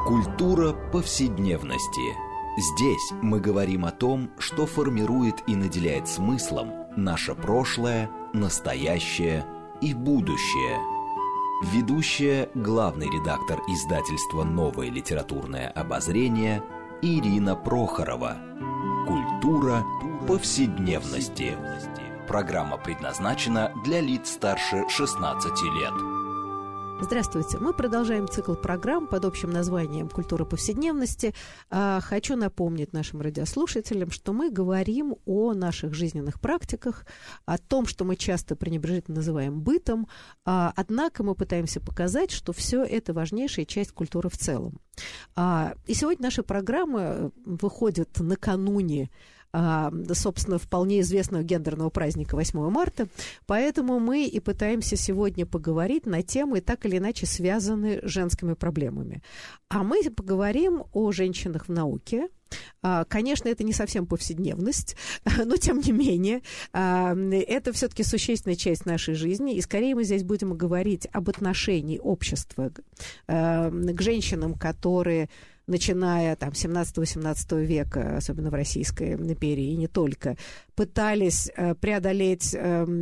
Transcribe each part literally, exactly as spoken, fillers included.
Культура повседневности. Здесь мы говорим о том, что формирует и наделяет смыслом наше прошлое, настоящее и будущее. Ведущая, главный редактор издательства «Новое литературное обозрение» Ирина Прохорова. Культура повседневности. Программа предназначена для лиц старше шестнадцати лет. Здравствуйте. Мы продолжаем цикл программ под общим названием «Культура повседневности». Хочу напомнить нашим радиослушателям, что мы говорим о наших жизненных практиках, о том, что мы часто пренебрежительно называем бытом, однако мы пытаемся показать, что все это важнейшая часть культуры в целом. И сегодня наша программа выходит накануне, собственно, вполне известного гендерного праздника восьмого марта, поэтому мы и пытаемся сегодня поговорить на темы, так или иначе связанные с женскими проблемами. А мы поговорим о женщинах в науке. Конечно, это не совсем повседневность, но тем не менее, это все-таки существенная часть нашей жизни, и скорее мы здесь будем говорить об отношении общества к женщинам, которые, начиная там, с семнадцатого-восемнадцатого века, особенно в Российской империи, и не только, пытались преодолеть,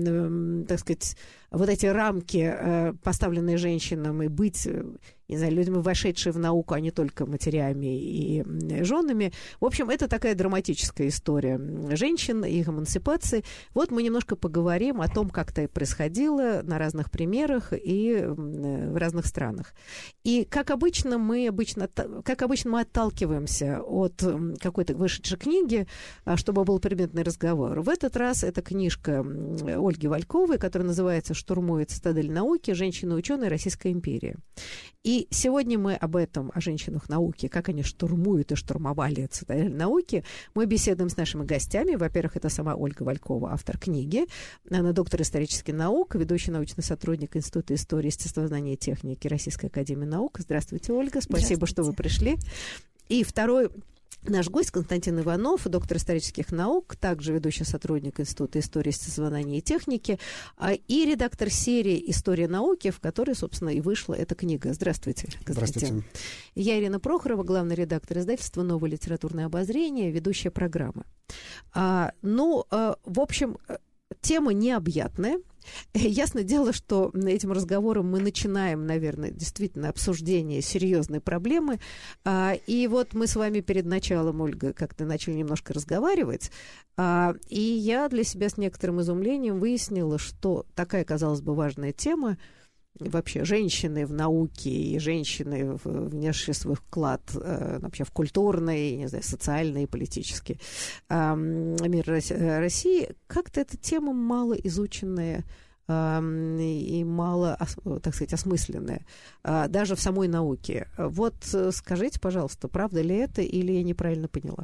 так сказать, вот эти рамки, поставленные женщинам, и быть, не знаю, людьми, вошедшими в науку, а не только матерями и женами. В общем, это такая драматическая история женщин, их эмансипации. Вот мы немножко поговорим о том, как это происходило на разных примерах и в разных странах. И, как обычно, мы, обычно, как обычно, мы отталкиваемся от какой-то вышедшей книги, чтобы был предметный разговор. В этот раз это книжка Ольги Вальковой, которая называется «Штурмует цитадель науки. Женщины-ученые. Российская империя». И сегодня мы об этом, о женщинах науки, как они штурмуют и штурмовали цитадель науки, мы беседуем с нашими гостями. Во-первых, это сама Ольга Валькова, автор книги. Она доктор исторических наук, ведущий научный сотрудник Института истории, естествознания и техники Российской академии наук. Здравствуйте, Ольга. Спасибо, что вы пришли. И второй наш гость Константин Иванов, доктор исторических наук, также ведущий сотрудник Института истории, естествознания и техники, и редактор серии «История науки», в которой, собственно, и вышла эта книга. Здравствуйте, Константин. Здравствуйте. Я Ирина Прохорова, главный редактор издательства «Новое литературное обозрение», ведущая программы. А, ну, а, в общем, тема необъятная. Ясное дело, что этим разговором мы начинаем, наверное, действительно обсуждение серьезной проблемы. И вот мы с вами перед началом, Ольга, как-то начали немножко разговаривать. И я для себя с некоторым изумлением выяснила, что такая, казалось бы, важная тема, вообще женщины в науке и женщины, внесшие свой вклад вообще в культурный, не знаю, социальный и политический мир России, как-то эта тема мало изученная и мало, так сказать, осмысленная, даже в самой науке. Вот скажите, пожалуйста, правда ли это или я неправильно поняла?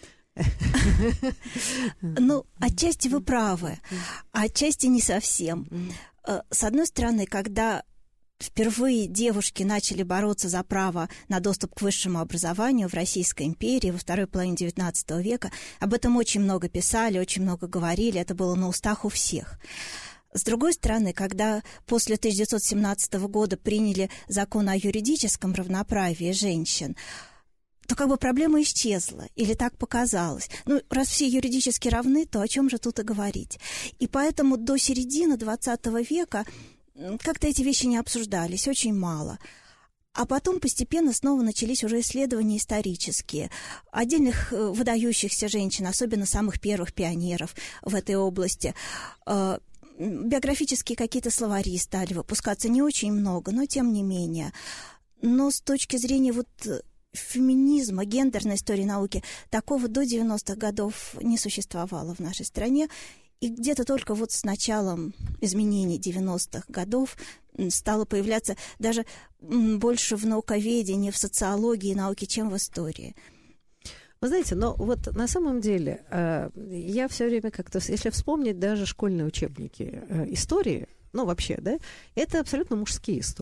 Ну, отчасти вы правы, а отчасти не совсем. С одной стороны, когда впервые девушки начали бороться за право на доступ к высшему образованию в Российской империи во второй половине девятнадцатого века, об этом очень много писали, очень много говорили, это было на устах у всех. С другой стороны, когда после тысяча девятьсот семнадцатого года приняли закон о юридическом равноправии женщин, то как бы проблема исчезла, или так показалось. Ну, раз все юридически равны, то о чем же тут и говорить? И поэтому до середины двадцатого века как-то эти вещи не обсуждались, очень мало. А потом постепенно снова начались уже исследования исторические отдельных выдающихся женщин, особенно самых первых пионеров в этой области. Биографические какие-то словари стали выпускаться, не очень много, но тем не менее. Но с точки зрения вот феминизма, гендерной истории науки, такого до девяностых годов не существовало в нашей стране. И где-то только вот с началом изменений девяностых годов стало появляться даже больше в науковедении, в социологии и науке, чем в истории. Вы знаете, но вот на самом деле я все время как-то, если вспомнить даже школьные учебники истории, ну вообще, да, это абсолютно мужские истории.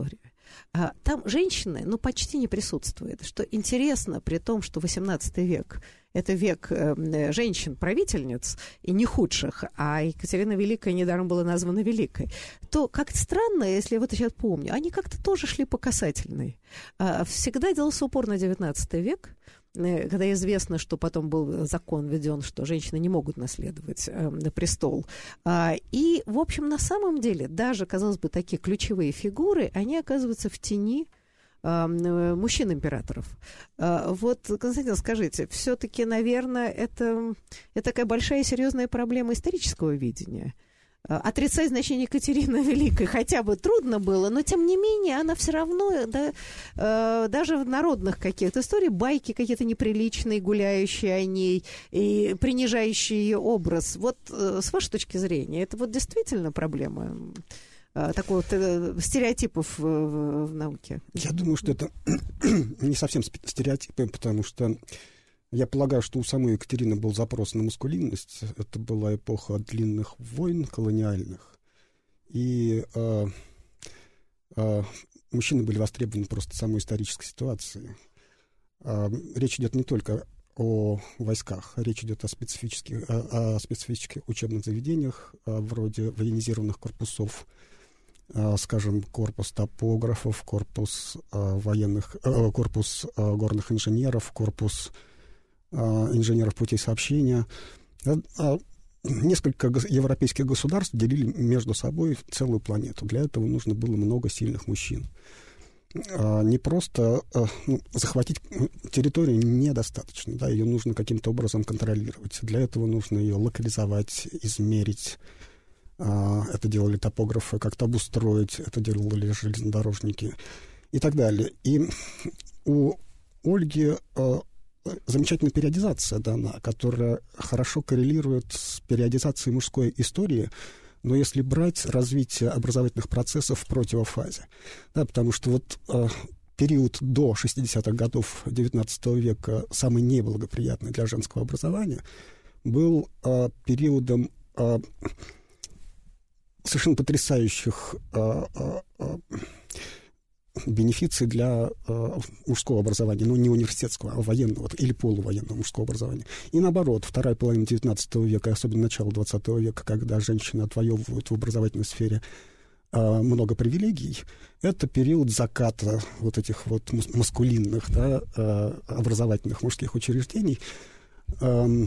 Там женщины, ну, почти не присутствуют. Что интересно, при том, что восемнадцатый век – это век женщин-правительниц, и не худших, а Екатерина Великая недаром была названа Великой, то как-то странно, если я вот сейчас помню, они как-то тоже шли по касательной. Всегда делался упор на девятнадцатый век, когда известно, что потом был закон введен, что женщины не могут наследовать э, престол. А, и, в общем, на самом деле, даже, казалось бы, такие ключевые фигуры, они оказываются в тени э, мужчин-императоров. А, вот, Константин, скажите, все-таки, наверное, это, это такая большая и серьезная проблема исторического видения. Отрицать значение Екатерины Великой хотя бы трудно было, но тем не менее она все равно, да, э, даже в народных каких-то историях, байки какие-то неприличные, гуляющие о ней и принижающие ее образ. Вот э, с вашей точки зрения, это вот действительно проблема э, такого вот, э, стереотипов в, в, в науке? Я думаю, что это не совсем стереотипы, потому что я полагаю, что у самой Екатерины был запрос на маскулинность. Это была эпоха длинных войн колониальных. И э, э, мужчины были востребованы просто самой исторической ситуацией. Э, речь идет не только о войсках, речь идет о специфических, о, о специфических учебных заведениях, э, вроде военизированных корпусов, э, скажем, корпус топографов, корпус э, военных, э, корпус э, горных инженеров, корпус инженеров путей сообщения. Несколько европейских государств делили между собой целую планету. Для этого нужно было много сильных мужчин. Не просто ну, захватить территорию недостаточно, да, ее нужно каким-то образом контролировать. Для этого нужно ее локализовать, измерить. Это делали топографы, как-то обустроить, это делали железнодорожники и так далее. И у Ольги замечательная периодизация дана, которая хорошо коррелирует с периодизацией мужской истории, но если брать развитие образовательных процессов в противофазе. Да, потому что вот э, период до шестидесятых годов девятнадцатого века, самый неблагоприятный для женского образования, был э, периодом э, совершенно потрясающих э, э, бенефиций для э, мужского образования, но не университетского, а военного или полувоенного мужского образования. И наоборот, вторая половина девятнадцатого века, особенно начало двадцатого века, когда женщины отвоевывают в образовательной сфере э, много привилегий, это период заката вот этих вот маскулинных, да, э, образовательных мужских учреждений. Э,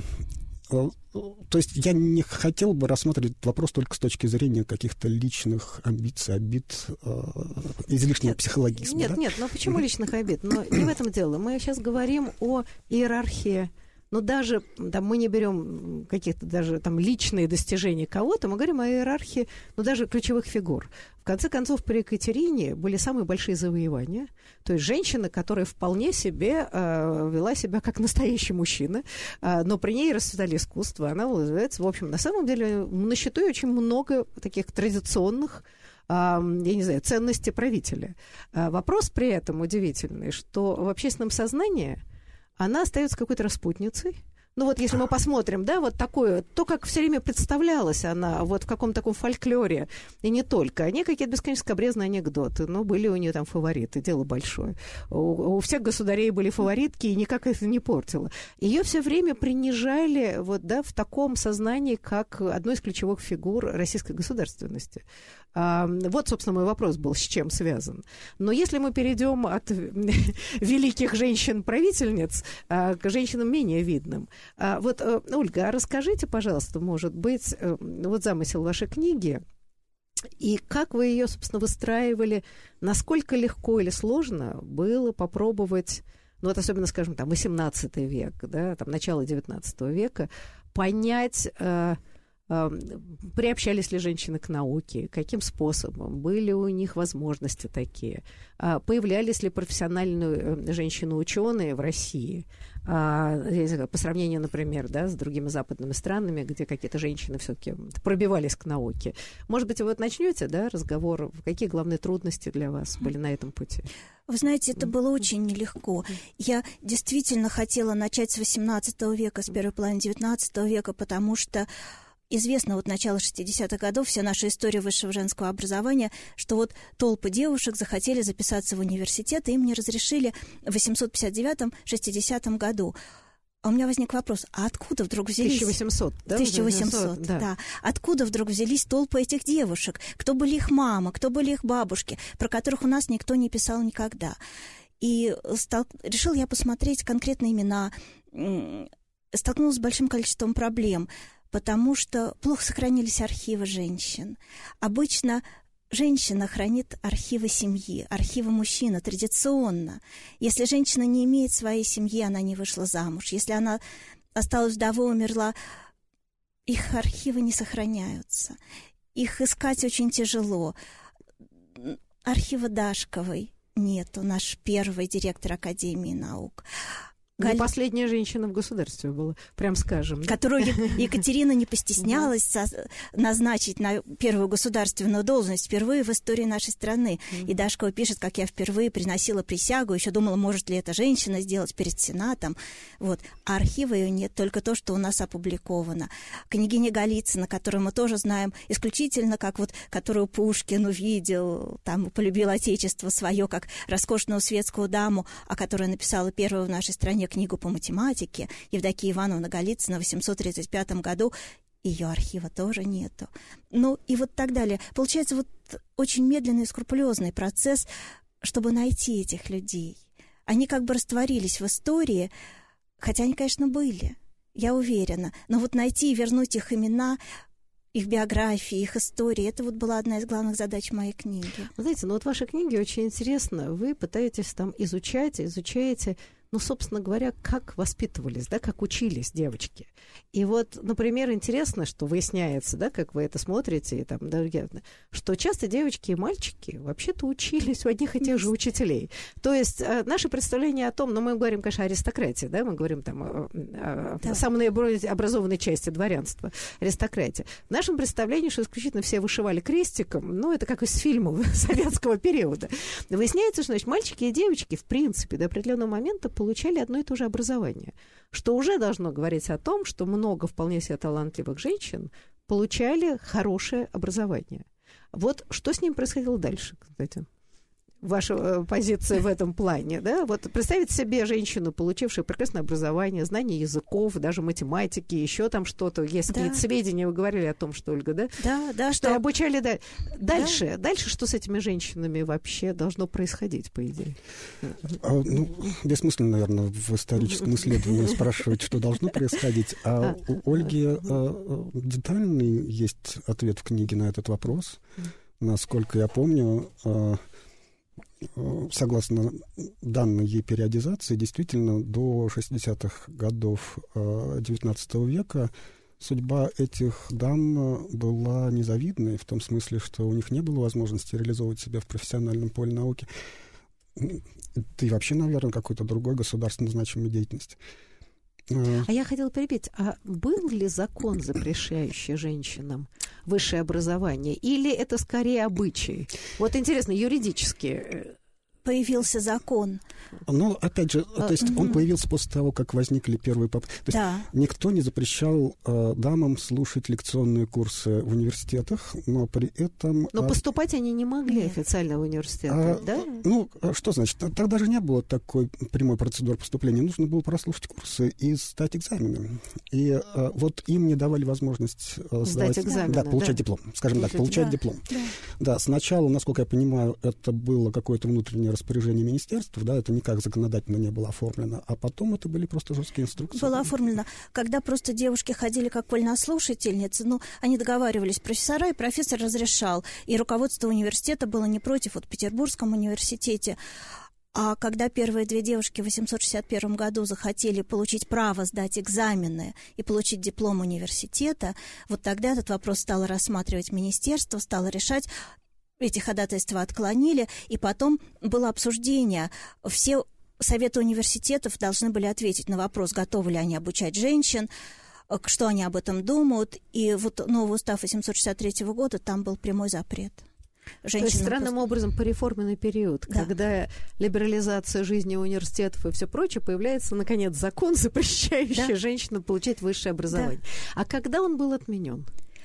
То есть я не хотел бы рассматривать этот вопрос только с точки зрения каких-то личных амбиций, обид, э, излишнего нет, психологизма. Нет, да? нет, но почему личных обид? Но не в этом дело. Мы сейчас говорим о иерархии. Но даже там, мы не берем каких-то даже там личные достижения кого-то, мы говорим о иерархии, ну, даже ключевых фигур. В конце концов, при Екатерине были самые большие завоевания. То есть женщина, которая вполне себе э, вела себя как настоящий мужчина, э, но при ней расцветали искусство. Она называется, в общем, на самом деле, на счету очень много таких традиционных, я не знаю, ценностей правителя. Вопрос при этом удивительный, что в общественном сознании она остается какой-то распутницей. Ну вот если мы посмотрим, да, вот такое, то, как все время представлялась она вот в каком-то таком фольклоре, и не только. Они какие-то бесконечно скабрезные анекдоты, но были у нее там фавориты, дело большое. У, у всех государей были фаворитки, и никак это не портило. Ее все время принижали вот, да, в таком сознании, как одной из ключевых фигур российской государственности. А, вот, собственно, мой вопрос был, с чем связан. Но если мы перейдем от великих женщин-правительниц к женщинам менее видным, А, вот, Ольга, а расскажите, пожалуйста, может быть, вот замысел вашей книги, и как вы ее, собственно, выстраивали, насколько легко или сложно было попробовать, ну вот особенно, скажем, там, восемнадцатый век, да, там, начало девятнадцатого века, понять, э, э, приобщались ли женщины к науке, каким способом, были у них возможности такие, э, появлялись ли профессиональные женщины-ученые в России, по сравнению, например, да, с другими западными странами, где какие-то женщины все-таки пробивались к науке. Может быть, вы вот начнете, да, разговор, какие главные трудности для вас были на этом пути? Вы знаете, это было очень нелегко. Я действительно хотела начать с восемнадцатого века, с первой половины девятнадцатого века, потому что известно вот начало шестидесятых годов, вся наша история высшего женского образования, что вот толпы девушек захотели записаться в университет, и им не разрешили в восемьсот пятьдесят девятом — шестидесятом году. А у меня возник вопрос, а откуда вдруг взялись... тысяча восемьсот, да? тысяча восемьсот, да. да. Откуда вдруг взялись толпы этих девушек? Кто были их мамы, кто были их бабушки, про которых у нас никто не писал никогда? И стал... решил я посмотреть конкретные имена, столкнулась с большим количеством проблем, потому что плохо сохранились архивы женщин. Обычно женщина хранит архивы семьи, архивы мужчины традиционно. Если женщина не имеет своей семьи, она не вышла замуж. Если она осталась вдовой, умерла, их архивы не сохраняются. Их искать очень тяжело. Архива Дашковой нету, наш первый директор Академии наук. Не Галь... последняя женщина в государстве была, прям скажем. Да? Которую Екатерина не постеснялась со... назначить на первую государственную должность впервые в истории нашей страны. И Дашкова пишет, как я впервые приносила присягу, еще думала, может ли эта женщина сделать перед Сенатом. Вот. А архива ее нет, только то, что у нас опубликовано. Княгиня Голицына, которую мы тоже знаем исключительно, как вот, которую Пушкин увидел, там, полюбил Отечество свое, как роскошную светскую даму, а которая написала первую в нашей стране книгу по математике, Евдокия Ивановна Голицына в восемьсот тридцать пятом году, ее архива тоже нету. Ну и вот так далее. Получается вот очень медленный и скрупулезный процесс, чтобы найти этих людей. Они как бы растворились в истории, хотя они, конечно, были, я уверена. Но вот найти и вернуть их имена, их биографии, их истории, это вот была одна из главных задач моей книги. Вы знаете, ну вот в вашей книге очень интересно, вы пытаетесь там изучать, изучаете, ну, собственно говоря, как воспитывались, да, как учились девочки. И вот, например, интересно, что выясняется, да, как вы это смотрите, и там, да, что часто девочки и мальчики вообще-то учились у одних и тех же учителей. То есть наше представление о том, ну, мы говорим, конечно, о аристократии, да, мы говорим там о, о да. самой образованной части дворянства, аристократии. В нашем представлении, что исключительно все вышивали крестиком, ну, это как из фильмов советского периода. Выясняется, что, значит, мальчики и девочки, в принципе, до определенного момента получали одно и то же образование, что уже должно говорить о том, что много вполне себе талантливых женщин получали хорошее образование. Вот что с ним происходило дальше, кстати? Ваша э, позиция в этом плане, да? Вот представить себе женщину, получившую прекрасное образование, знание языков, даже математики, еще там что-то, есть да. какие-то сведения, вы говорили о том, что, Ольга, да? Да, да. Что, что... обучали, да. Дальше, да. дальше что с этими женщинами вообще должно происходить, по идее? А, ну, бессмысленно, наверное, в историческом исследовании спрашивать, что должно происходить. А у Ольги детальный есть ответ в книге на этот вопрос. Насколько я помню, согласно данной ей периодизации, действительно, до шестидесятых годов девятнадцатого века судьба этих дам была незавидной, в том смысле, что у них не было возможности реализовывать себя в профессиональном поле науки, да и вообще, наверное, какой-то другой государственно значимой деятельности. А я хотела перебить, а был ли закон, запрещающий женщинам высшее образование, или это скорее обычаи? Вот интересно, юридически... Появился закон. Ну, опять же, то есть он появился после того, как возникли первые попытки. То есть да. никто не запрещал э, дамам слушать лекционные курсы в университетах, но при этом... Но а... поступать они не могли Нет. официально в университет, а, да? Ну, что значит? Тогда же не было такой прямой процедуры поступления. Нужно было прослушать курсы и сдать экзамены. И а, вот им не давали возможность а, сдать сдавать, экзамены, да, получать да. диплом. Скажем получать, так, получать да. диплом. Да. да, сначала, насколько я понимаю, это было какое-то внутреннее распоряжение министерства, да, это никак законодательно не было оформлено, а потом это были просто жесткие инструкции. Было оформлено. Когда просто девушки ходили как вольнослушательницы, ну, они договаривались, профессора, и профессор разрешал. И руководство университета было не против, вот в Петербургском университете. А когда первые две девушки в восемьсот шестьдесят первом году захотели получить право сдать экзамены и получить диплом университета, вот тогда этот вопрос стало рассматривать министерство, стало решать. Эти ходатайства отклонили, и потом было обсуждение. Все советы университетов должны были ответить на вопрос, готовы ли они обучать женщин, что они об этом думают. И вот новый устав восемьсот шестьдесят третьего года, там был прямой запрет. женщинам... То есть, странным просто... образом, пореформенный период, да. когда либерализация жизни университетов и все прочее, появляется, наконец, закон, запрещающий да. женщинам получать высшее образование. Да. А когда он был отменен?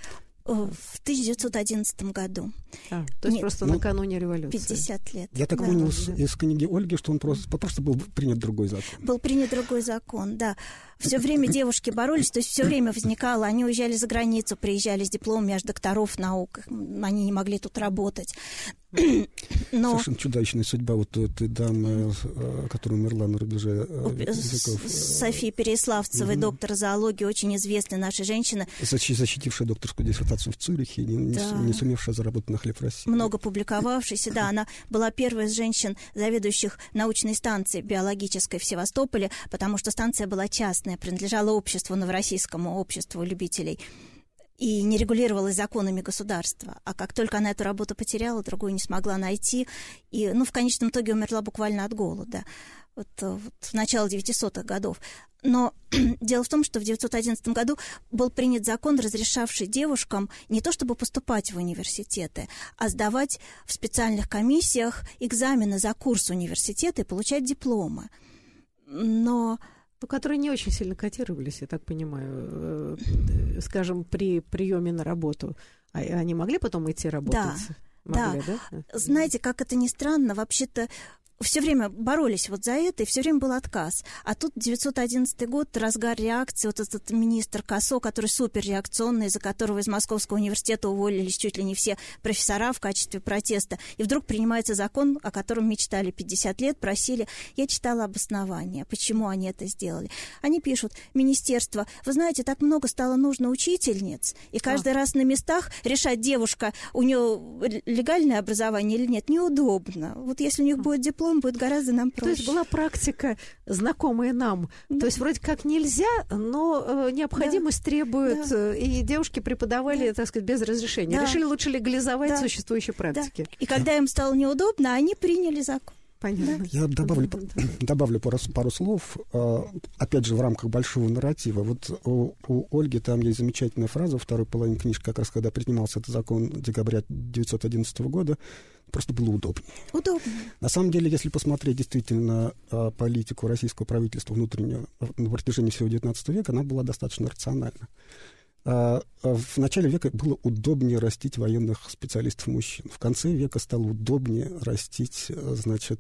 В тысяча девятьсот одиннадцатом году. А, то есть Нет, просто ну, накануне революции. пятьдесят лет. Я так да. понял из, из книги Ольги, что он просто, просто был принят другой закон. Был принят другой закон, да. Все время девушки боролись, то есть все время возникало, они уезжали за границу, приезжали с дипломами аж докторов наук, они не могли тут работать. Но... Совершенно чудовищная судьба вот этой дамы, которая умерла на рубеже веков. Софии Переяславцевой, угу. доктор зоологии, очень известная наша женщина. Защитившая докторскую диссертацию в Цюрихе, не, да. не сумевшая заработать на хлеб в России. Много публиковавшейся, да, она была первой из женщин, заведующих научной станцией биологической в Севастополе, потому что станция была частная, принадлежала обществу, Новороссийскому обществу любителей, и не регулировалась законами государства. А как только она эту работу потеряла, другую не смогла найти, и, ну, в конечном итоге умерла буквально от голода. Вот, вот в начале девятисотых годов. Но дело в том, что в девятьсот одиннадцатом году был принят закон, разрешавший девушкам не то чтобы поступать в университеты, а сдавать в специальных комиссиях экзамены за курс университета и получать дипломы. Но... Ну, которые не очень сильно котировались, я так понимаю, скажем, при приеме на работу. А они могли потом идти работать? Да, могли, да. да. Знаете, как это ни странно, вообще-то все время боролись вот за это, и все время был отказ. А тут девятьсот одиннадцатый год, разгар реакции, вот этот министр Косо, который суперреакционный, из-за которого из Московского университета уволились чуть ли не все профессора в качестве протеста. И вдруг принимается закон, о котором мечтали пятьдесят лет, просили. Я читала обоснования, почему они это сделали. Они пишут: министерство, вы знаете, так много стало нужно учительниц, и каждый а. раз на местах решать, девушка, у нее легальное образование или нет, неудобно. Вот если у них будет диплом, будет гораздо нам проще. То есть была практика, знакомая нам. Да. То есть вроде как нельзя, но э, необходимость да. требует, да. и девушки преподавали, да. так сказать, без разрешения. Да. Решили лучше легализовать да. существующие практики. Да. И когда им стало неудобно, они приняли закон. Понятно. Я добавлю, добавлю пару, пару слов, опять же, в рамках большого нарратива. Вот у, у Ольги там есть замечательная фраза во второй половине книжки, как раз когда принимался этот закон декабря тысяча девятьсот одиннадцатого года, просто было удобнее. Удобнее. На самом деле, если посмотреть действительно политику российского правительства внутреннюю на протяжении всего девятнадцатого века, она была достаточно рациональна. В начале века было удобнее растить военных специалистов мужчин. В конце века стало удобнее растить, значит,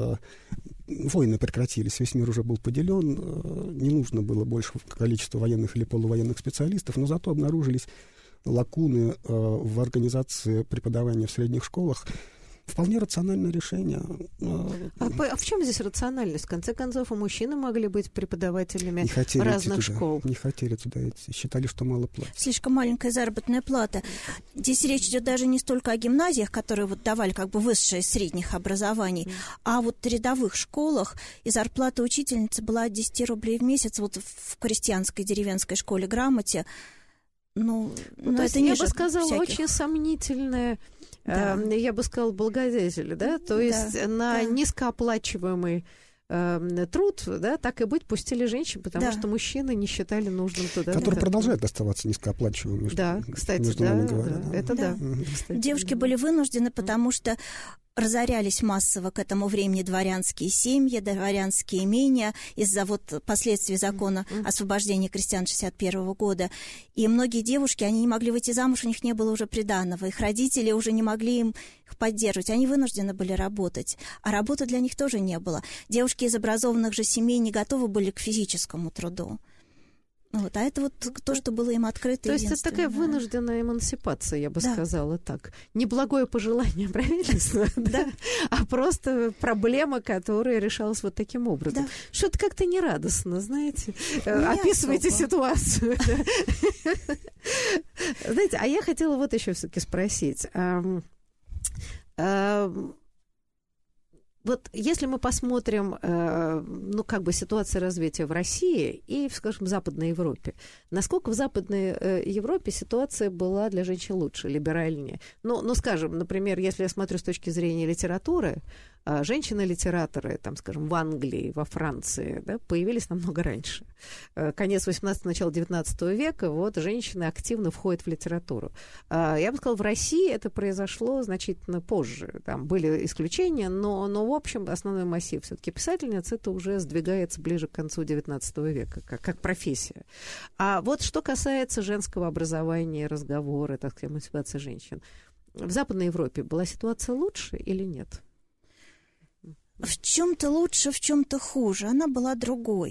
войны прекратились, весь мир уже был поделен, не нужно было больше количества военных или полувоенных специалистов, но зато обнаружились лакуны в организации преподавания в средних школах. Вполне рациональное решение. А, а в чем здесь рациональность? В конце концов, и мужчины могли быть преподавателями разных школ. Не хотели туда идти. Считали, что мало платят. Слишком маленькая заработная плата. Здесь речь идет даже не столько о гимназиях, которые вот давали как бы высшее средних образований, mm. а вот рядовых школах. И зарплата учительницы была от десяти рублей в месяц. Вот в крестьянской деревенской школе «Грамоте». Ну, ну, то есть, я бы сказала, всяких. Очень сомнительная, да. э, я бы сказала, благодетель, да, то есть да, на да. низкооплачиваемый э, труд, да, так и быть, пустили женщин, потому да. что мужчины не считали нужным туда. Которые да. продолжают оставаться низкооплачиваемыми. Между, да, кстати, между да, нами говоря, да, да. это да. да. Кстати, девушки были вынуждены, потому что разорялись массово к этому времени дворянские семьи, дворянские имения из-за вот последствий закона освобождения крестьян шестьдесят первого года. И многие девушки, они не могли выйти замуж, у них не было уже приданого. Их родители уже не могли им их поддерживать. Они вынуждены были работать. А работы для них тоже не было. Девушки из образованных же семей не готовы были к физическому труду. Вот, а это вот то, что было им открыто. То есть это такая вынужденная эмансипация, я бы да. сказала так. Неблагое пожелание правительства, да. а просто проблема, которая решалась вот таким образом. Да. Что-то как-то нерадостно, знаете. Не Описывайте особо. Ситуацию. Знаете, а я хотела вот еще все-таки спросить. Вот если мы посмотрим, э, ну, как бы ситуацию развития в России и, скажем, в Западной Европе, насколько в Западной э, Европе ситуация была для женщин лучше, либеральнее? Ну, ну, скажем, например, если я смотрю с точки зрения литературы, Женщины-литераторы, там, скажем, в Англии, во Франции, да, появились намного раньше. Конец восемнадцатого, начало девятнадцатого века, вот, женщины активно входят в литературу. Я бы сказала, в России это произошло значительно позже. Там были исключения, но, но в общем, основной массив все-таки писательниц, это уже сдвигается ближе к концу девятнадцатого века, как, как профессия. А вот что касается женского образования, разговора, так сказать, эмансипации женщин, в Западной Европе была ситуация лучше или нет? В чем-то лучше, в чем-то хуже. Она была другой.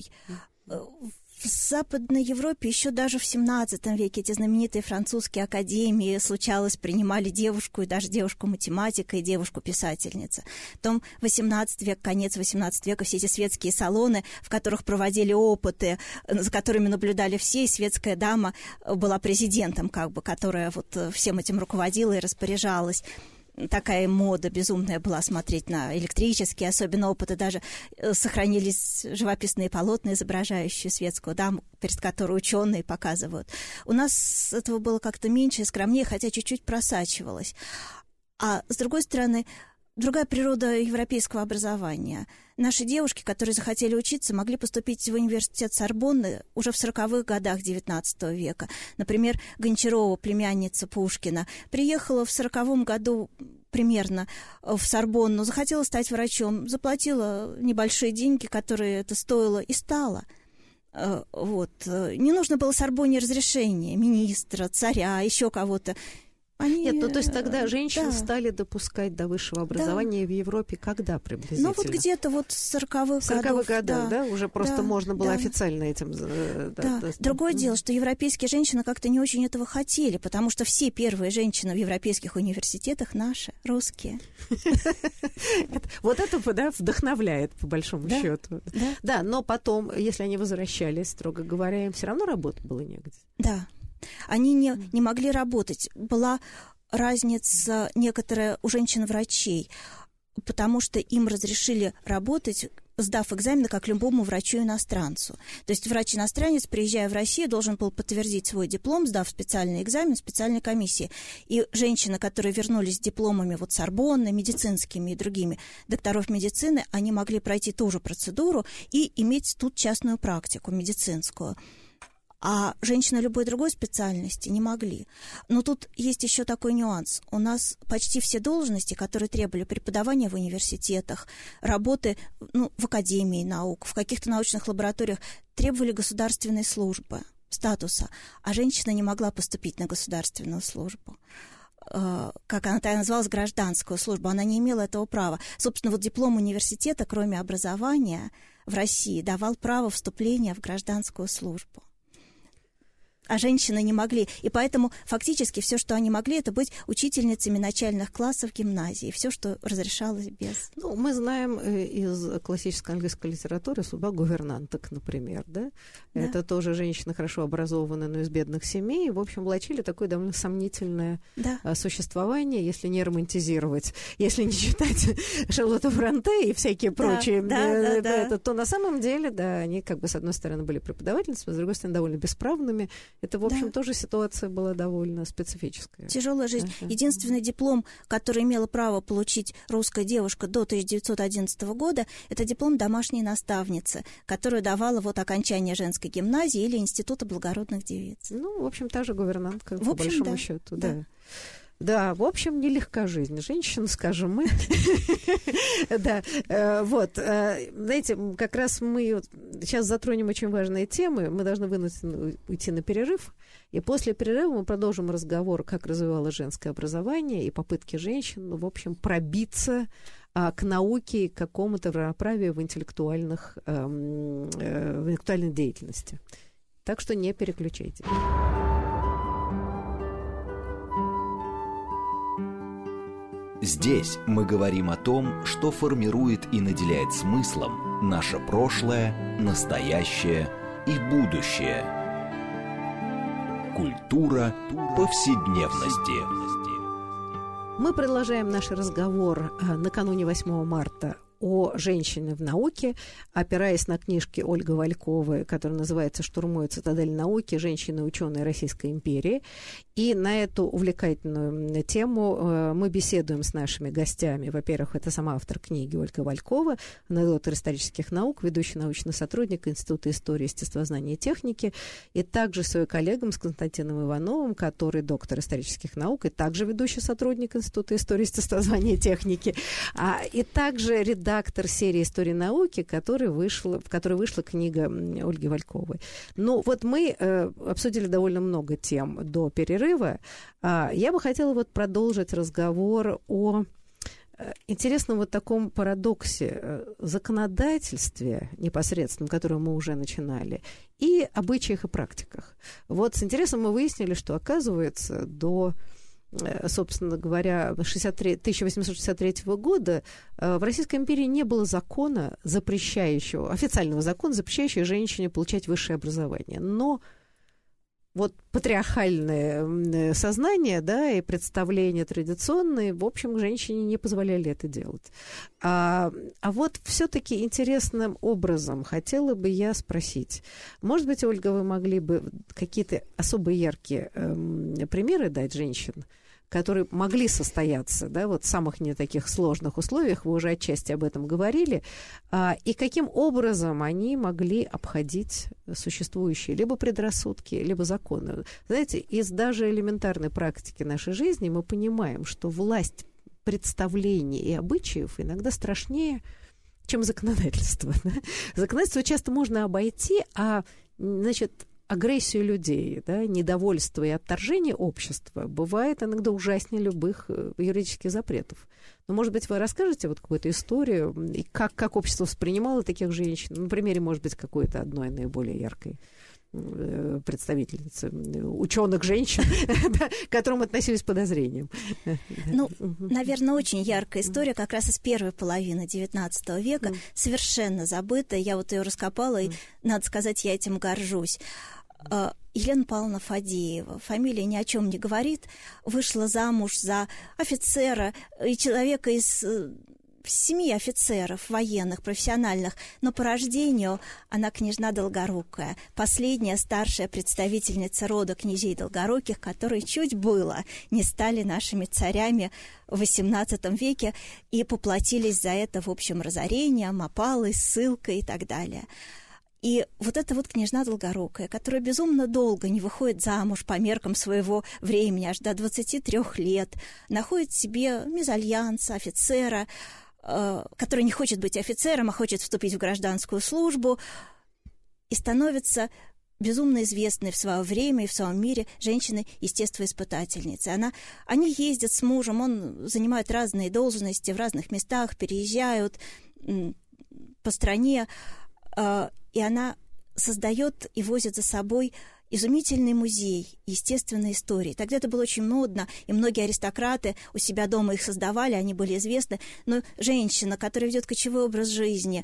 В Западной Европе еще даже в семнадцатом веке эти знаменитые французские академии, случалось, принимали девушку, и даже девушку-математика, и девушку-писательницу. Потом восемнадцатый век, конец восемнадцатого века, все эти светские салоны, в которых проводили опыты, за которыми наблюдали все, и светская дама была президентом, как бы, которая вот всем этим руководила и распоряжалась. Такая мода безумная была смотреть на электрические, особенно опыты, даже сохранились живописные полотна, изображающие светскую даму, перед которой ученые показывают. У нас этого было как-то меньше и скромнее, хотя чуть-чуть просачивалось. А с другой стороны, другая природа европейского образования. Наши девушки, которые захотели учиться, могли поступить в университет Сорбонны уже в сороковых годах девятнадцатого века. Например, Гончарова, племянница Пушкина, приехала в сороковом году примерно в Сорбонну, захотела стать врачом, заплатила небольшие деньги, которые это стоило, и стала. Вот. Не нужно было Сорбонне разрешения министра, царя, еще кого-то. Они... Нет, ну то есть тогда женщин да. стали допускать до высшего образования да. в Европе когда приблизительно? Ну вот где-то вот в сороковых годах. годах, да. да, уже просто да, можно было да. официально этим... Да. Да, да. Другое mm. дело, что европейские женщины как-то не очень этого хотели, потому что все первые женщины в европейских университетах наши, русские. Вот это вдохновляет, по большому счету. Да, но потом, если они возвращались, строго говоря, им все равно работать было негде. Да. Они не, не могли работать. Была разница некоторая у женщин-врачей, потому что им разрешили работать, сдав экзамены, как любому врачу-иностранцу. То есть врач-иностранец, приезжая в Россию, должен был подтвердить свой диплом, сдав специальный экзамен в специальной комиссии. И женщины, которые вернулись с дипломами вот Сорбонны, медицинскими и другими докторов медицины, они могли пройти ту же процедуру и иметь тут частную практику медицинскую. А женщины любой другой специальности не могли. Но тут есть еще такой нюанс. У нас почти все должности, которые требовали преподавания в университетах, работы ну, в академии наук, в каких-то научных лабораториях, требовали государственной службы, статуса. А женщина не могла поступить на государственную службу. Как она тогда называлась, гражданскую службу. Она не имела этого права. Собственно, вот диплом университета, кроме образования в России, давал право вступления в гражданскую службу. А женщины не могли. И поэтому фактически все, что они могли, это быть учительницами начальных классов гимназии. Все, что разрешалось без... Ну, мы знаем из классической английской литературы судьба гувернанток, например, да? Да. Это тоже женщины хорошо образованные, но из бедных семей. В общем, влачили такое довольно сомнительное да. существование, если не романтизировать, если не читать Шарлотту Бронте и всякие да, прочие, да, да, да, это, то на самом деле, да, они как бы с одной стороны были преподавательницами, с другой стороны довольно бесправными. Это, в общем, да. тоже ситуация была довольно специфическая. Тяжелая жизнь. Uh-huh. Единственный диплом, который имела право получить русская девушка до тысяча девятьсот одиннадцатого года, это диплом домашней наставницы, которую давала вот окончание женской гимназии или Института благородных девиц. Ну, в общем, та же гувернантка, в по общем, большому да. счету, да. да. Да, в общем, нелегка жизнь женщин, скажем мы. Да, вот, знаете, как раз мы сейчас затронем очень важные темы. Мы должны вынуждены уйти на перерыв. И после перерыва мы продолжим разговор, как развивалось женское образование и попытки женщин, ну, в общем, пробиться а, к науке и к какому-то равноправию в, интеллектуальных, э, э, в интеллектуальной деятельности. Так что не переключайтесь. Здесь мы говорим о том, что формирует и наделяет смыслом наше прошлое, настоящее и будущее. Культура повседневности. Мы продолжаем наш разговор накануне восьмого марта о женщине в науке, опираясь на книжки Ольги Вальковой, которая называется «Штурмуя цитадель науки. Женщины-ученые Российской империи». И на эту увлекательную тему мы беседуем с нашими гостями. Во-первых, это сама автор книги Ольга Валькова, она доктор исторических наук, ведущий научный сотрудник Института истории, естествознания и техники, и также с ее коллегом, с Константином Ивановым, который доктор исторических наук и также ведущий сотрудник Института истории, естествознания и техники, а, и также редактор серии «Истории науки», который вышла, в которой вышла книга Ольги Вальковой. Ну, вот мы э, обсудили довольно много тем до перерыва. А, я бы хотела вот продолжить разговор о интересном вот таком парадоксе законодательстве непосредственном, которое мы уже начинали, и обычаях и практиках. Вот с интересом мы выяснили, что, оказывается, до, собственно говоря, тысяча восемьсот шестьдесят третьего года в Российской империи не было закона, запрещающего, официального закона, запрещающего женщине получать высшее образование. Но вот патриархальное сознание, да, и представления традиционные, в общем, женщине не позволяли это делать. А, а вот все-таки интересным образом хотела бы я спросить. Может быть, Ольга, вы могли бы какие-то особо яркие э, примеры дать женщин, которые могли состояться, да, вот в самых не таких сложных условиях, вы уже отчасти об этом говорили, а, и каким образом они могли обходить существующие либо предрассудки, либо законы. Знаете, из даже элементарной практики нашей жизни мы понимаем, что власть представлений и обычаев иногда страшнее, чем законодательство. Да? Законодательство часто можно обойти, а, значит, агрессию людей, да, недовольство и отторжение общества бывает иногда ужаснее любых юридических запретов. Но, может быть, вы расскажете вот какую-то историю, и как, как общество воспринимало таких женщин? На примере, может быть, какой-то одной наиболее яркой представительницы ученых женщин, к которым относились с подозрением. Ну, наверное, очень яркая история как раз из первой половины девятнадцатого века, совершенно забытая. Я вот ее раскопала, и, надо сказать, я этим горжусь. Елена Павловна Фадеева, фамилия ни о чем не говорит, вышла замуж за офицера и человека из семьи офицеров военных, профессиональных, но по рождению она княжна Долгорукая, последняя старшая представительница рода князей Долгоруких, которые чуть было не стали нашими царями в восемнадцатом веке и поплатились за это, в общем, разорением, опалой, ссылкой и так далее. И вот эта вот княжна Долгорукая, которая безумно долго не выходит замуж по меркам своего времени, аж до двадцати трёх лет, находит себе мезальянса, офицера, э, который не хочет быть офицером, а хочет вступить в гражданскую службу, и становится безумно известной в свое время и в своем мире женщиной-естествоиспытательницей. Она, они ездят с мужем, он занимает разные должности в разных местах, переезжают м, по стране, э, и она создает и возит за собой изумительный музей естественной истории. Тогда это было очень модно, и многие аристократы у себя дома их создавали, они были известны. Но женщина, которая ведет кочевой образ жизни,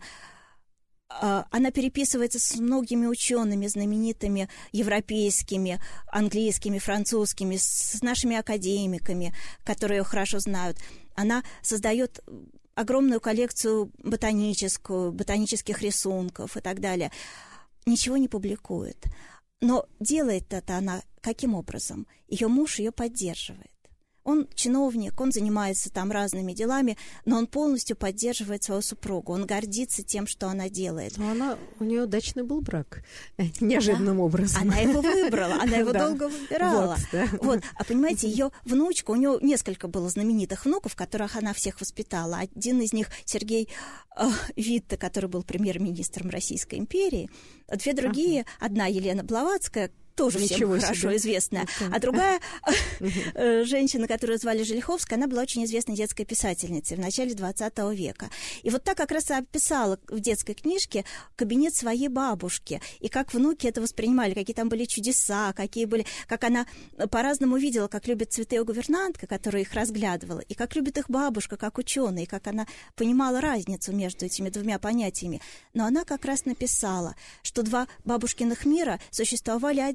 она переписывается с многими учеными, знаменитыми европейскими, английскими, французскими, с нашими академиками, которые ее хорошо знают. Она создает огромную коллекцию ботаническую, ботанических рисунков и так далее. Ничего не публикует. Но делает это она каким образом? Ее муж ее поддерживает. Он чиновник, он занимается там разными делами, но он полностью поддерживает свою супругу. Он гордится тем, что она делает. Но она, у нее удачный был брак, неожиданным да. образом. Она его выбрала, она его да. долго выбирала. Вот, да. вот. А понимаете, ее внучка, у нее несколько было знаменитых внуков, которых она всех воспитала. Один из них Сергей э, Витте, который был премьер-министром Российской империи. Две другие, ага. одна Елена Блаватская, тоже Ничего всем хорошо себе. известная. Okay. А другая женщина, которую звали Жильховская, она была очень известной детской писательницей в начале двадцатого века. И вот так как раз описала в детской книжке кабинет своей бабушки, и как внуки это воспринимали, какие там были чудеса, какие были, как она по-разному видела, как любит цветы ее гувернантка, которая их разглядывала, и как любит их бабушка, как ученый, и как она понимала разницу между этими двумя понятиями. Но она как раз написала, что два бабушкиных мира существовали отдельно,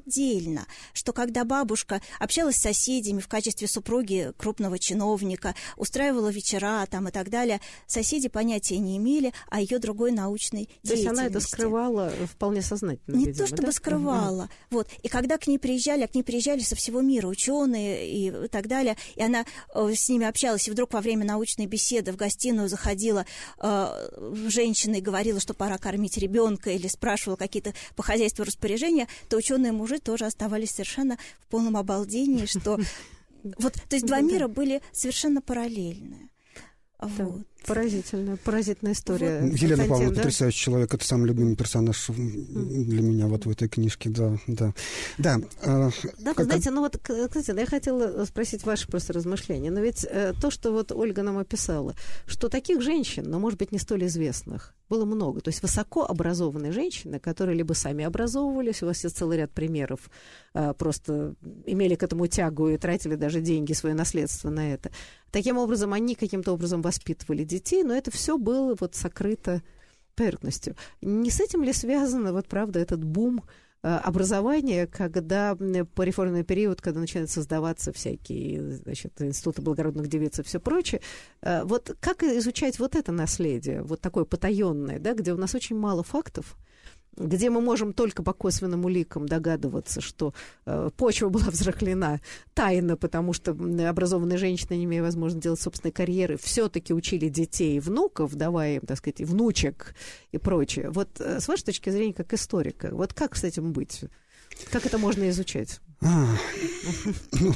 отдельно, что когда бабушка общалась с соседями в качестве супруги крупного чиновника, устраивала вечера там и так далее, соседи понятия не имели о ее другой научной деятельности. То есть она это скрывала вполне сознательно, Не видимо, то чтобы да? скрывала. Uh-huh. Вот. И когда к ней приезжали, а к ней приезжали со всего мира ученые и так далее, и она э, с ними общалась, и вдруг во время научной беседы в гостиную заходила э, женщина и говорила, что пора кормить ребенка, или спрашивала какие-то по хозяйству распоряжения, то ученые-мужи тоже оставались совершенно в полном обалдении, что... Вот, то есть два мира были совершенно параллельные. Вот. Поразительная, поразительная история. Вот. Елена Павловна, да? Потрясающий человек, это самый любимый персонаж для меня вот в этой книжке, да, да. Да, э, да как... знаете, ну вот, кстати, я хотела спросить ваши просто размышления, но ведь э, то, что вот Ольга нам описала, что таких женщин, но, может быть, не столь известных, было много. То есть высокообразованные женщины, которые либо сами образовывались, у вас есть целый ряд примеров, э, просто имели к этому тягу и тратили даже деньги, свое наследство на это. Таким образом, они каким-то образом воспитывали детей, но это все было вот сокрыто поверхностью. Не с этим ли связано, вот правда, этот бум э, образования, когда по реформный период, когда начинают создаваться всякие, значит, институты благородных девиц и все прочее, э, вот как изучать вот это наследие, вот такое потаенное, да, где у нас очень мало фактов, где мы можем только по косвенным уликам догадываться, что э, почва была взрыхлена тайно, потому что образованные женщины, не имея возможности делать собственной карьеры, все-таки учили детей и внуков, давая им, так сказать, и внучек и прочее. Вот э, с вашей точки зрения, как историка, вот как с этим быть? Как это можно изучать? А, ну,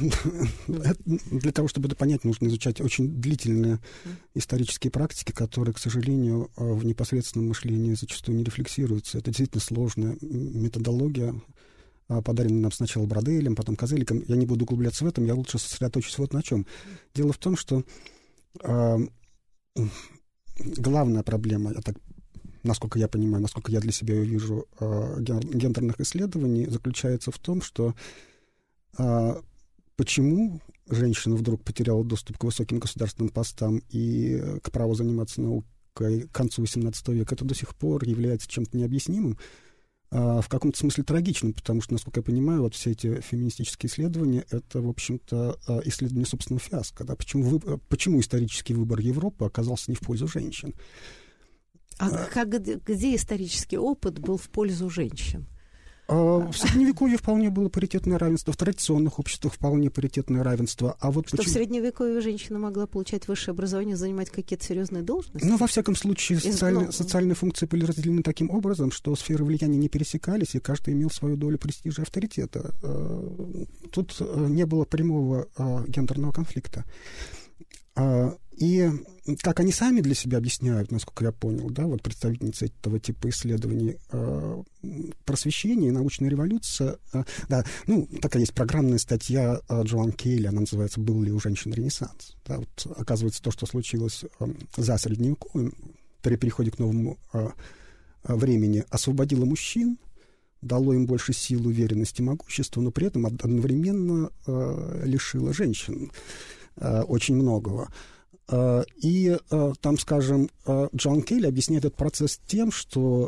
для того, чтобы это понять, нужно изучать очень длительные исторические практики, которые, к сожалению, в непосредственном мышлении зачастую не рефлексируются. Это действительно сложная методология, подаренная нам сначала Броделем, потом Козеликом. Я не буду углубляться в этом, я лучше сосредоточусь вот на чем. Дело в том, что э, главная проблема, я так насколько я понимаю, насколько я для себя вижу, э, гендерных исследований, заключается в том, что э, почему женщина вдруг потеряла доступ к высоким государственным постам и к праву заниматься наукой к концу восемнадцатого века, это до сих пор является чем-то необъяснимым, э, в каком-то смысле трагичным, потому что, насколько я понимаю, вот все эти феминистические исследования — это, в общем-то, э, исследование собственного фиаско. Да? Почему, вы, почему исторический выбор Европы оказался не в пользу женщин? А как, где исторический опыт был в пользу женщин? В Средневековье вполне было паритетное равенство, в традиционных обществах вполне паритетное равенство. А вот что почему... в Средневековье женщина могла получать высшее образование, занимать какие-то серьезные должности? Ну, во всяком случае, Из... социальные, ну... социальные функции были разделены таким образом, что сферы влияния не пересекались, и каждый имел свою долю престижа и авторитета. Тут не было прямого гендерного конфликта. И как они сами для себя объясняют, насколько я понял, да, вот представительницы этого типа исследований, э, просвещение и научная революция, э, да, ну, такая есть программная статья э, Джоан Кейли, она называется «Был ли у женщин ренессанс?». Да, вот, оказывается, то, что случилось э, за Средневековьем, при переходе к новому э, времени, освободило мужчин, дало им больше сил, уверенности, могущества, но при этом одновременно э, лишило женщин очень многого. И там, скажем, Джоан Кейли объясняет этот процесс тем, что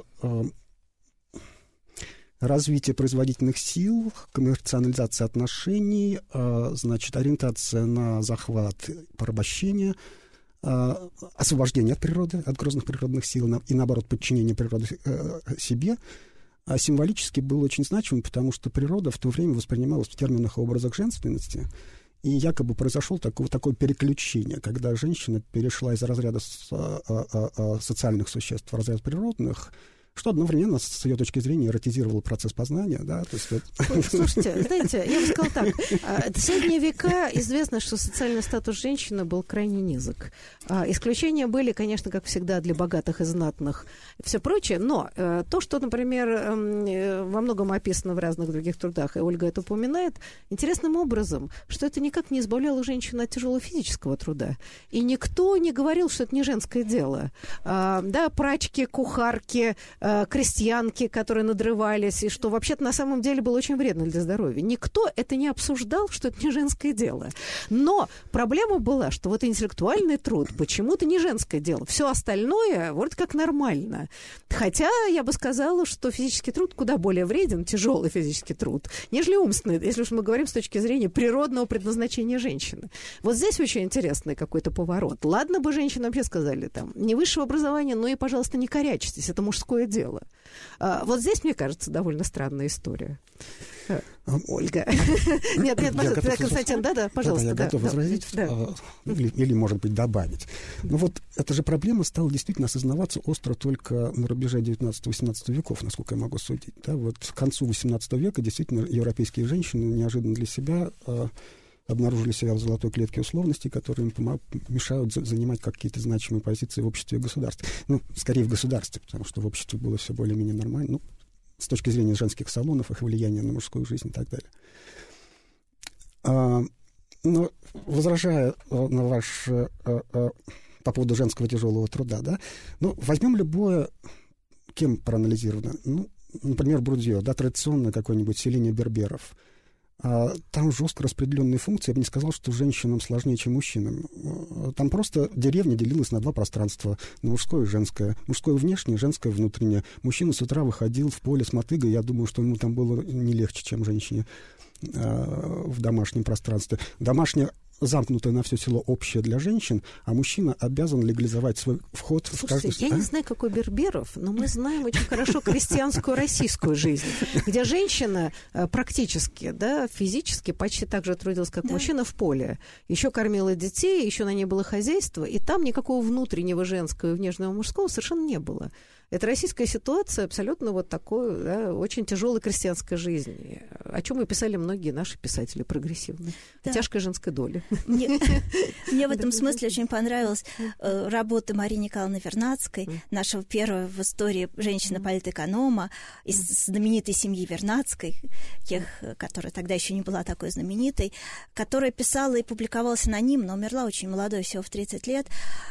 развитие производительных сил, коммерциализация отношений, значит, ориентация на захват, порабощение, освобождение от природы, от грозных природных сил и, наоборот, подчинение природы себе, символически было очень значимым, потому что природа в то время воспринималась в терминах и образах женственности. И якобы произошло такое, такое переключение, когда женщина перешла из разряда с, а, а, а, социальных существ в разряд природных, что одновременно, с ее точки зрения, эротизировало процесс познания. Да? То есть, вот... Слушайте, знаете, я бы сказала так. В средние века известно, что социальный статус женщины был крайне низок. Исключения были, конечно, как всегда, для богатых и знатных и все прочее, но то, что, например, во многом описано в разных других трудах, и Ольга это упоминает, интересным образом, что это никак не избавляло женщину от тяжелого физического труда. И никто не говорил, что это не женское дело. Да, прачки, кухарки, э, крестьянки, которые надрывались, и что вообще-то на самом деле было очень вредно для здоровья. Никто это не обсуждал, что это не женское дело. Но проблема была, что вот интеллектуальный труд почему-то не женское дело. Все остальное вроде как нормально. Хотя я бы сказала, что физический труд куда более вреден, тяжелый физический труд, нежели умственный, если уж мы говорим с точки зрения природного предназначения женщины. Вот здесь очень интересный какой-то поворот. Ладно бы женщины вообще сказали, там, не высшего образования, но и, пожалуйста, не корячьтесь, это мужское дело. А, вот здесь, мне кажется, довольно странная история. Ольга. Нет, нет, Константин, да-да, пожалуйста. Я готов возразить или, может быть, добавить. Но вот эта же проблема стала действительно осознаваться остро только на рубеже девятнадцатого-восемнадцатого веков, насколько я могу судить. Да, вот к концу восемнадцатого века действительно европейские женщины неожиданно для себя обнаружили себя в золотой клетке условностей, которые им мешают занимать какие-то значимые позиции в обществе и государстве. Ну, скорее в государстве, потому что в обществе было все более-менее нормально. Ну, с точки зрения женских салонов, их влияния на мужскую жизнь и так далее. А, но, возражая на ваш а, а, по поводу женского тяжелого труда, да, ну, возьмем любое, кем проанализировано, ну, например, Бурдье, да, традиционное какое-нибудь селение берберов. А, там жестко распределенные функции. Я бы не сказал, что женщинам сложнее, чем мужчинам. Там просто деревня делилась на два пространства, на мужское и женское. Мужское внешнее, женское внутреннее. Мужчина с утра выходил в поле с мотыгой, я думаю, что ему там было не легче, чем женщине а, в домашнем пространстве. Домашнее замкнутое на все село общее для женщин, а мужчина обязан легализовать свой вход. Слушайте, в каждый... я а? не знаю, какой берберов, но мы знаем очень хорошо крестьянскую российскую жизнь, где женщина практически, да, физически почти так же трудилась, как да. мужчина в поле. Еще кормила детей, еще на ней было хозяйство, и там никакого внутреннего женского и внешнего мужского совершенно не было. Это российская ситуация абсолютно вот такой, да, очень тяжелой крестьянской жизни, о чем и писали многие наши писатели прогрессивные. Да. Тяжкой женской доли. Мне, мне в этом смысле очень понравилась э, работа Марии Николаевны Вернадской, нашего первого в истории женщины-политэконома из знаменитой семьи Вернадской, тех, которая тогда еще не была такой знаменитой, которая писала и публиковалась анонимно, умерла очень молодой, всего в тридцать лет,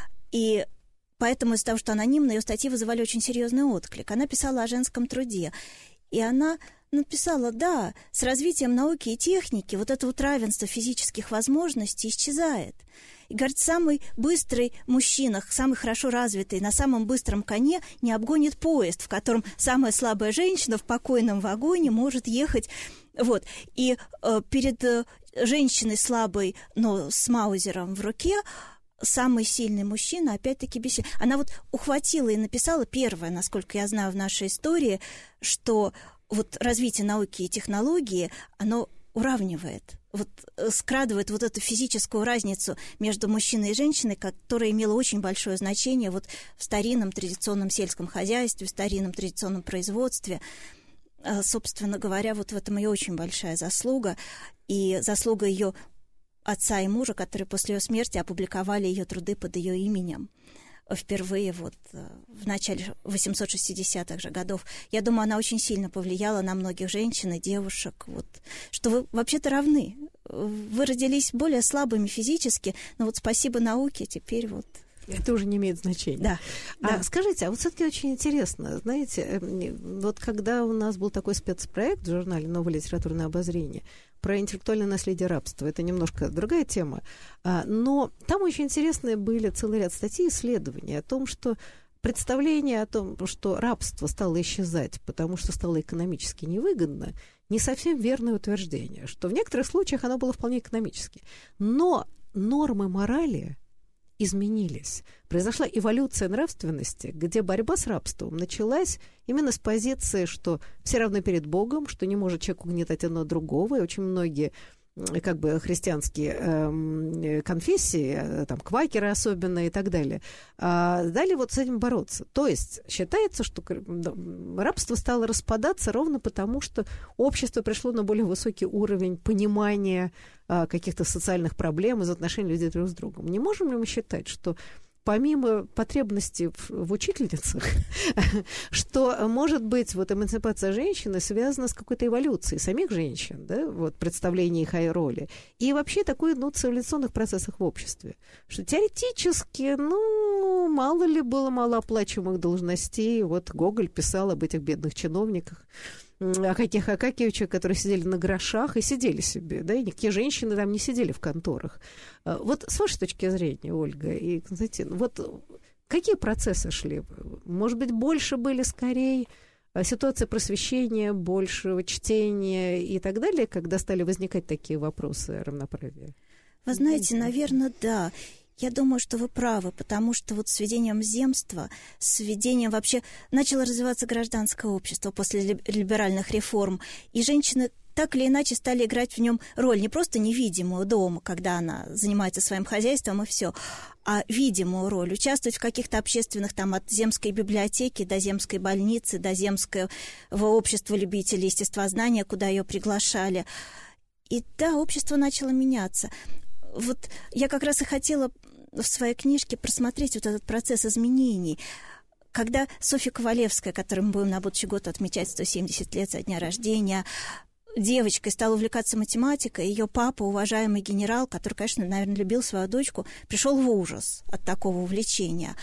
и поэтому из-за того, что анонимно, ее статьи вызывали очень серьезный отклик. Она писала о женском труде. И она написала, да, с развитием науки и техники вот это вот равенство физических возможностей исчезает. И, говорит, самый быстрый мужчина, самый хорошо развитый, на самом быстром коне не обгонит поезд, в котором самая слабая женщина в покойном вагоне может ехать. Вот. И э, перед э, женщиной слабой, но с маузером в руке, самый сильный мужчина, опять-таки, бессильный. Она вот ухватила и написала первое, насколько я знаю в нашей истории, что вот развитие науки и технологии, оно уравнивает, вот скрадывает вот эту физическую разницу между мужчиной и женщиной, которая имела очень большое значение вот в старинном традиционном сельском хозяйстве, в старинном традиционном производстве. Собственно говоря, вот в этом ее очень большая заслуга, и заслуга ее отца и мужа, которые после ее смерти опубликовали ее труды под ее именем впервые вот в начале восемьсот шестидесятых же годов. Я думаю, она очень сильно повлияла на многих женщин и девушек, вот, что вы вообще-то равны. Вы родились более слабыми физически, но вот спасибо науке теперь вот... Это уже не имеет значения. Да. А да. Скажите, а вот все-таки очень интересно, знаете, вот когда у нас был такой спецпроект в журнале «Новое литературное обозрение» про интеллектуальное наследие рабства, это немножко другая тема, но там очень интересные были целый ряд статей и исследований о том, что представление о том, что рабство стало исчезать, потому что стало экономически невыгодно, не совсем верное утверждение, что в некоторых случаях оно было вполне экономически. Но нормы морали изменились. Произошла эволюция нравственности, где борьба с рабством началась именно с позиции, что все равны перед Богом, что не может человек угнетать одно другого, и очень многие как бы христианские э, конфессии, там, квакеры особенно и так далее, а дали вот с этим бороться. То есть считается, что рабство стало распадаться ровно потому, что общество пришло на более высокий уровень понимания а, каких-то социальных проблем из отношений людей друг с другом. Не можем ли мы считать, что помимо потребностей в, в учительницах, что, может быть, вот эмансипация женщины связана с какой-то эволюцией самих женщин, да, вот, представление их о роли, и вообще такой, ну, цивилизационных процессах в обществе, что теоретически, ну, мало ли было малооплачиваемых должностей, вот Гоголь писал об этих бедных чиновниках, о каких Акакиевичах, которые сидели на грошах и сидели себе, да, и никакие женщины там не сидели в конторах. Вот с вашей точки зрения, Ольга и Константин, вот какие процессы шли? Может быть, больше были скорее ситуация просвещения, большего чтения и так далее, когда стали возникать такие вопросы равноправия? Вы знаете, наверное, да. Я думаю, что вы правы, потому что вот с введением земства, с введением вообще начало развиваться гражданское общество после либеральных реформ, и женщины так или иначе стали играть в нем роль, не просто невидимую дома, когда она занимается своим хозяйством и все, а видимую роль, участвовать в каких-то общественных, там, от земской библиотеки до земской больницы, до земского общества любителей естествознания, куда ее приглашали. И да, общество начало меняться. Вот я как раз и хотела в своей книжке просмотреть вот этот процесс изменений. Когда Софья Ковалевская, которой мы будем на будущий год отмечать сто семьдесят лет со дня рождения, девочкой стала увлекаться математикой, ее папа, уважаемый генерал, который, конечно, наверное, любил свою дочку, пришел в ужас от такого увлечения.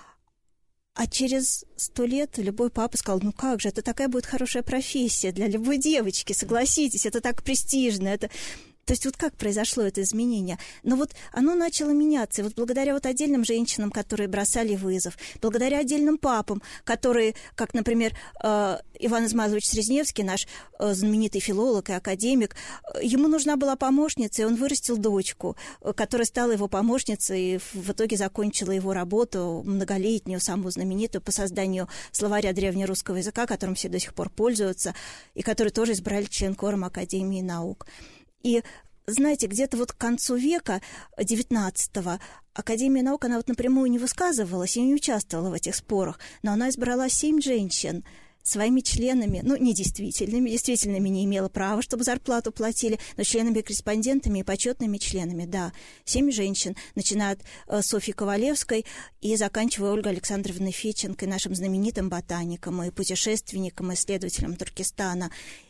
А через сто лет любой папа сказал, ну как же, это такая будет хорошая профессия для любой девочки, согласитесь, это так престижно, это... То есть вот как произошло это изменение? Но вот оно начало меняться. И вот благодаря вот отдельным женщинам, которые бросали вызов, благодаря отдельным папам, которые, как, например, Иван Измайлович Срезневский, наш знаменитый филолог и академик, ему нужна была помощница, и он вырастил дочку, которая стала его помощницей и в итоге закончила его работу многолетнюю, самую знаменитую, по созданию словаря древнерусского языка, которым все до сих пор пользуются, и который тоже избрали членкором Академии наук. И, знаете, где-то вот к концу века девятнадцатого Академия наук, она вот напрямую не высказывалась и не участвовала в этих спорах, но она избрала семь женщин своими членами, ну, не действительными, действительными не имела права, чтобы зарплату платили, но членами-корреспондентами и почетными членами, да. Семь женщин, начиная от э, Софьи Ковалевской и заканчивая Ольгой Александровной Федченко, нашим знаменитым ботаником и путешественником, и исследователем Туркестана.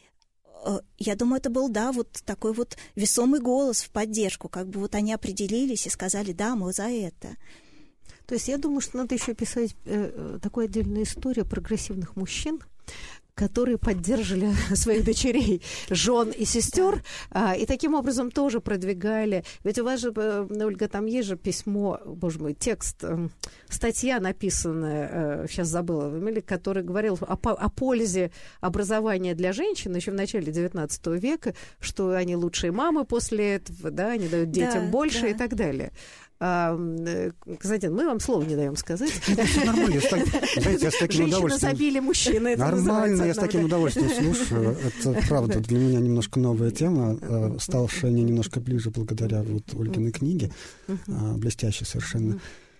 Я думаю, это был, да, вот такой вот весомый голос в поддержку, как бы вот они определились и сказали, да, мы за это. То есть я думаю, что надо еще писать э, такую отдельную историю прогрессивных мужчин, которые поддерживали своих дочерей, жен и сестер, а, и таким образом тоже продвигали. Ведь у вас же, Ольга, там есть же письмо, боже мой, текст, статья написанная, сейчас забыла, который говорил о, о пользе образования для женщин еще в начале девятнадцатого века, что они лучшие мамы после этого, да, они дают детям да, больше да. и так далее. А, Константин, мы вам слова не даем сказать. Нормально, знаете, я с таким удовольствием... Женщины забили мужчины. Нормально, я с таким удовольствием слушаю. Это, правда, для меня немножко новая тема, ставшая мне немножко ближе благодаря вот Ольгиной книге, блестящей совершенно.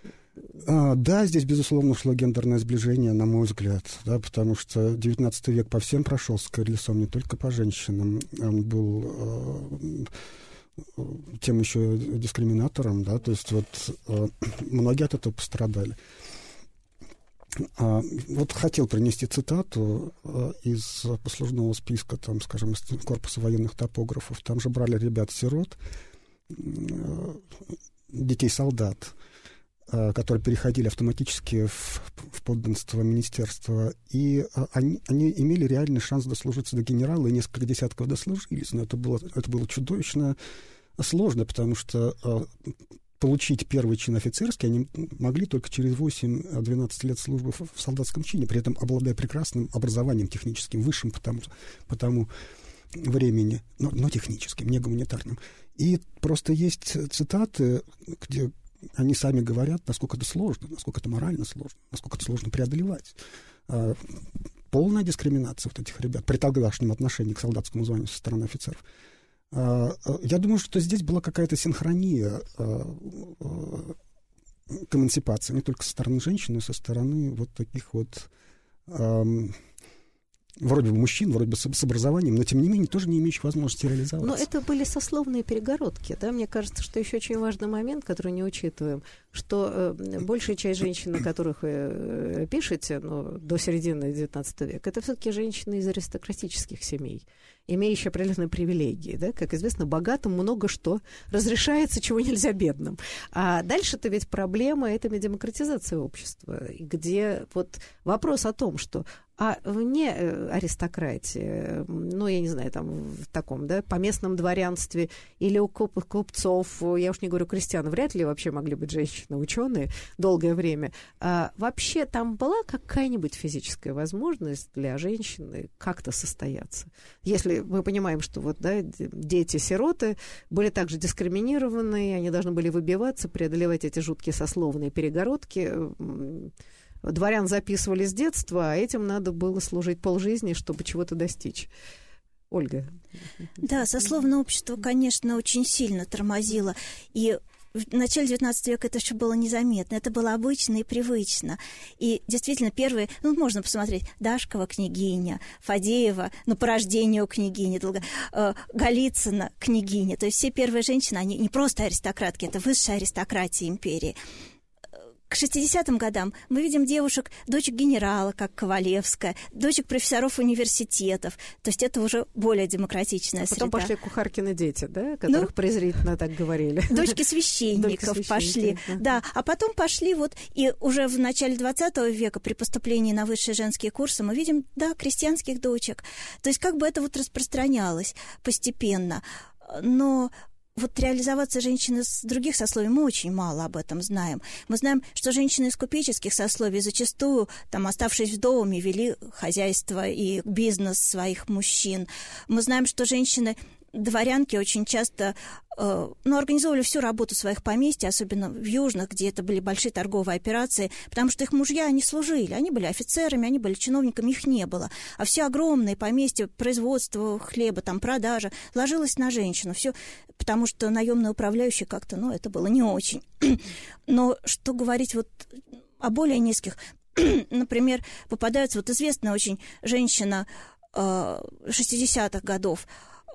Да, здесь, безусловно, шло гендерное сближение, на мой взгляд, да, потому что девятнадцатый век по всем прошел с колесом, не только по женщинам. Он был... тем еще дискриминатором, да, то есть вот э, многие от этого пострадали. А, вот хотел принести цитату э, из послужного списка, там, скажем, из корпуса военных топографов. Там же брали ребят-сирот, э, детей-солдат, э, которые переходили автоматически в, в подданство министерства, и э, они, они имели реальный шанс дослужиться до генерала, и несколько десятков дослужились, но это было, это было чудовищно сложно, потому что э, получить первый чин офицерский они могли только через восемь-двенадцать лет службы в, в солдатском чине, при этом обладая прекрасным образованием техническим, высшим по тому, по тому времени, но, но техническим, не гуманитарным. И просто есть цитаты, где они сами говорят, насколько это сложно, насколько это морально сложно, насколько это сложно преодолевать. Э, полная дискриминация вот этих ребят при тогдашнем отношении к солдатскому званию со стороны офицеров. Я думаю, что здесь была какая-то синхрония к эмансипации, не только со стороны женщин, но и со стороны вот таких вот эм, вроде бы мужчин, вроде бы с, с образованием, но тем не менее тоже не имеющих возможности реализоваться. Но это были сословные перегородки, да, мне кажется, что еще очень важный момент, который не учитываем, что э, большая часть женщин, о которых вы э, пишете, ну, до середины девятнадцатого века, это все-таки женщины из аристократических семей, имеющие определенные привилегии, да, как известно, богатым много что разрешается, чего нельзя бедным. А дальше-то ведь проблема — это демократизация общества, где вот вопрос о том, что а вне аристократии, ну, я не знаю, там, в таком, да, поместном дворянстве или у купцов, я уж не говорю крестьян, вряд ли вообще могли быть женщины-ученые долгое время. А вообще там была какая-нибудь физическая возможность для женщины как-то состояться? Если мы понимаем, что вот, да, дети-сироты были также дискриминированы, они должны были выбиваться, преодолевать эти жуткие сословные перегородки. Дворян записывали с детства, а этим надо было служить полжизни, чтобы чего-то достичь. Ольга. Да, сословное общество, конечно, очень сильно тормозило. И в начале девятнадцатого века это еще было незаметно. Это было обычно и привычно. И действительно, первые, ну, можно посмотреть, Дашкова княгиня, Фадеева, ну, по рождению княгини, Долго, э, Голицына княгиня. То есть все первые женщины, они не просто аристократки, это высшая аристократия империи. К шестидесятым годам мы видим девушек, дочек генерала, как Ковалевская, дочек профессоров университетов. То есть это уже более демократичная а потом среда. пошли кухаркины дети, да, которых ну, презрительно так говорили. Дочки священников пошли. Да, а потом пошли вот, и уже в начале двадцатого века при поступлении на высшие женские курсы мы видим, да, крестьянских дочек. То есть как бы это вот распространялось постепенно. Но вот реализоваться женщины с других сословий, мы очень мало об этом знаем. Мы знаем, что женщины из купеческих сословий зачастую, там, оставшись в доме, вели хозяйство и бизнес своих мужчин. Мы знаем, что женщины дворянки очень часто э, ну, организовывали всю работу своих поместьй, особенно в южных, где это были большие торговые операции, потому что их мужья, они служили, они были офицерами, они были чиновниками, их не было. А все огромные поместья, производство хлеба, там, продажа, ложилось на женщину. Все, потому что наемные управляющие как-то, ну, это было не очень. Но что говорить вот о более низких, например, попадается вот известная очень женщина э, шестидесятых годов,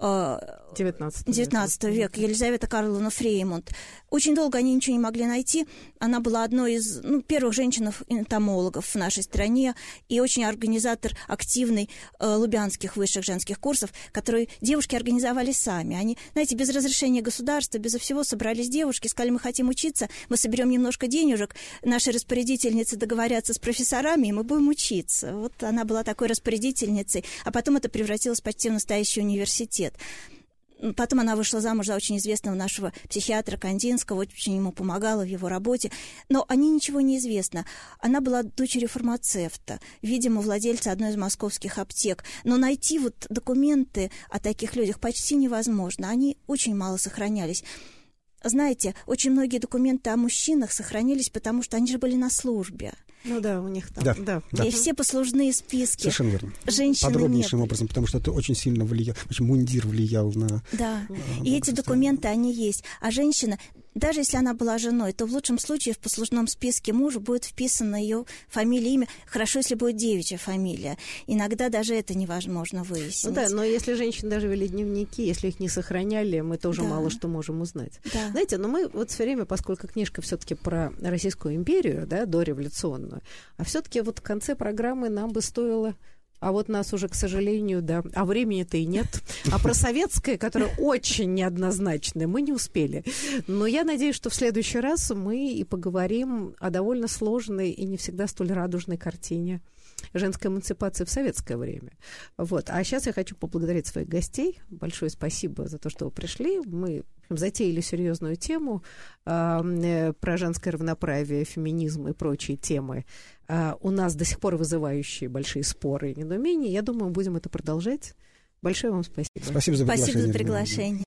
девятнадцатого века, Елизавета Карловна Фреймонт. Очень долго они ничего не могли найти. Она была одной из ну, первых женщин-энтомологов в нашей стране и очень организатор активный э, лубянских высших женских курсов, которые девушки организовали сами. Они, знаете, без разрешения государства, безо всего собрались девушки, сказали, мы хотим учиться, мы соберем немножко денежек, наши распорядительницы договорятся с профессорами, и мы будем учиться. Вот она была такой распорядительницей, а потом это превратилось почти в настоящий университет. Потом она вышла замуж за очень известного нашего психиатра Кандинского, очень ему помогала в его работе. Но о ней ничего не известно. Она была дочерью фармацевта, видимо, владельца одной из московских аптек. Но найти вот документы о таких людях почти невозможно. Они очень мало сохранялись. Знаете, очень многие документы о мужчинах сохранились, потому что они же были на службе. Ну да, у них там. Да, да. да. И все послужные списки. Совершенно верно. Женщины подробнейшим нет. образом, потому что это очень сильно влияло, очень мундир влиял на... Да, на и эти документы, они есть. А женщина, даже если она была женой, то в лучшем случае в послужном списке мужа будет вписано ее фамилия, имя. Хорошо, если будет девичья фамилия. Иногда даже это невозможно выяснить. Ну да, но если женщины даже вели дневники, если их не сохраняли, мы тоже да. мало что можем узнать. Да. Знаете, но мы вот все время, поскольку книжка все-таки про Российскую империю, да, дореволюционную, а все-таки вот в конце программы нам бы стоило... А вот нас уже, к сожалению, да, а времени-то и нет. А про советское, которое очень неоднозначное, мы не успели. Но я надеюсь, что в следующий раз мы и поговорим о довольно сложной и не всегда столь радужной картине женской эмансипации в советское время. Вот. А сейчас я хочу поблагодарить своих гостей. Большое спасибо за то, что вы пришли. Мы затеяли серьезную тему э, про женское равноправие, феминизм и прочие темы, э, у нас до сих пор вызывающие большие споры и недоумения. Я думаю, мы будем это продолжать. Большое вам спасибо. Спасибо за приглашение. Спасибо за приглашение.